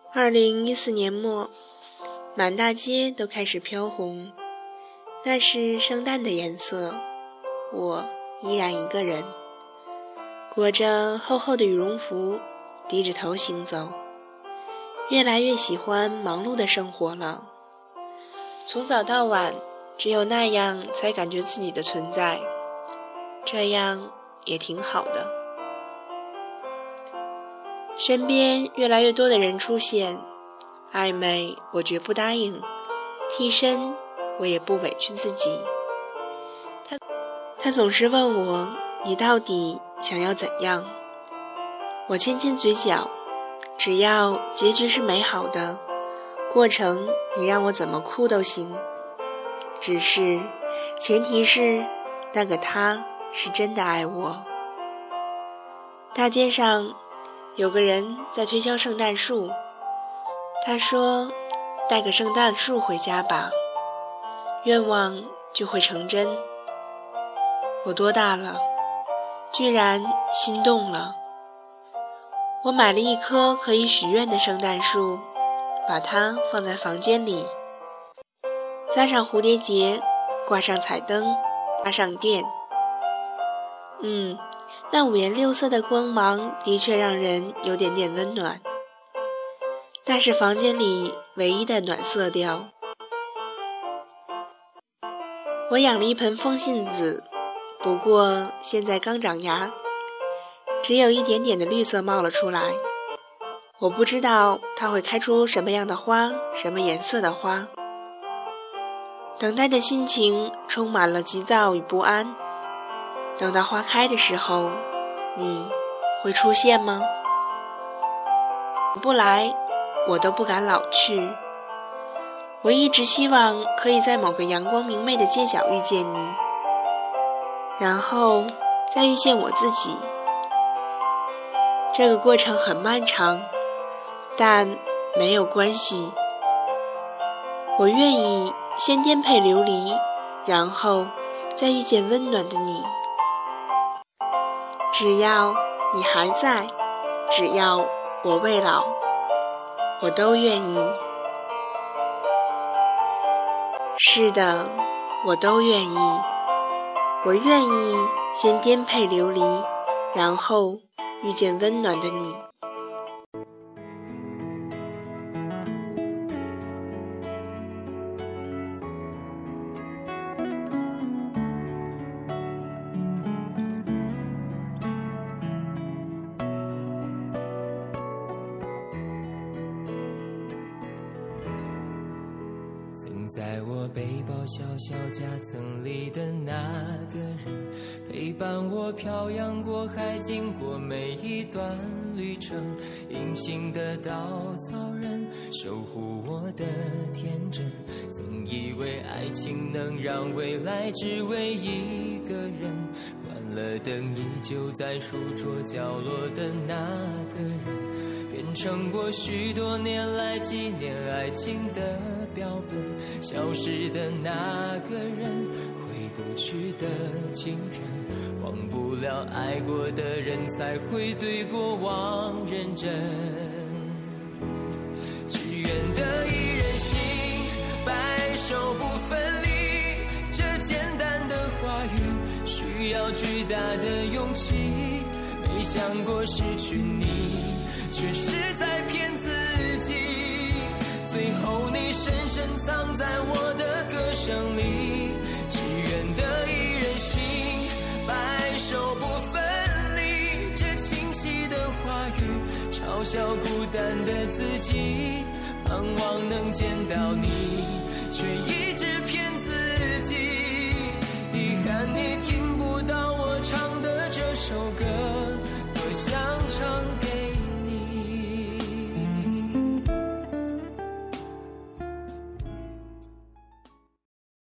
2014年末，满大街都开始飘红，那是圣诞的颜色。我依然一个人，裹着厚厚的羽绒服，低着头行走，越来越喜欢忙碌的生活了。从早到晚，只有那样才感觉自己的存在，这样也挺好的。身边越来越多的人出现，暧昧我绝不答应，替身我也不委屈自己。他总是问我，你到底想要怎样？我牵牵嘴角，只要结局是美好的，过程你让我怎么哭都行，只是前提是那个他是真的爱我。大街上有个人在推销圣诞树，他说带个圣诞树回家吧，愿望就会成真。我多大了，居然心动了。我买了一棵可以许愿的圣诞树，把它放在房间里，扎上蝴蝶结，挂上彩灯，插上电。那五颜六色的光芒的确让人有点温暖，那是房间里唯一的暖色调。我养了一盆风信子，不过现在刚长芽，只有一点点的绿色冒了出来。我不知道它会开出什么样的花，什么颜色的花。等待的心情充满了急躁与不安。等到花开的时候，你会出现吗？不来，我都不敢老去。我一直希望可以在某个阳光明媚的街角遇见你，然后再遇见我自己。这个过程很漫长，但没有关系。我愿意先颠沛流离，然后再遇见温暖的你。只要你还在，只要我未老，我都愿意。是的，我都愿意。我愿意先颠沛流离，然后遇见温暖的你。 曾在我背包小小夹层里的那个人，陪伴我漂洋过海，经过每一段旅程。隐形的稻草人，守护我的天真。曾以为爱情能让未来只为一个人，关了灯依旧在书桌角落的那个人，变成我许多年来纪念爱情的标本。消失的那个人，回不去的青春，忘不了爱过的人，才会对过往认真。只愿得一人心，白首不分离，这简单的话语需要巨大的勇气。没想过失去你，却是在骗自己。最后你深深藏在我的歌声里，只愿得一人心，白首不分离。这清晰的话语嘲笑孤单的自己，盼望能见到你，却一直骗自己。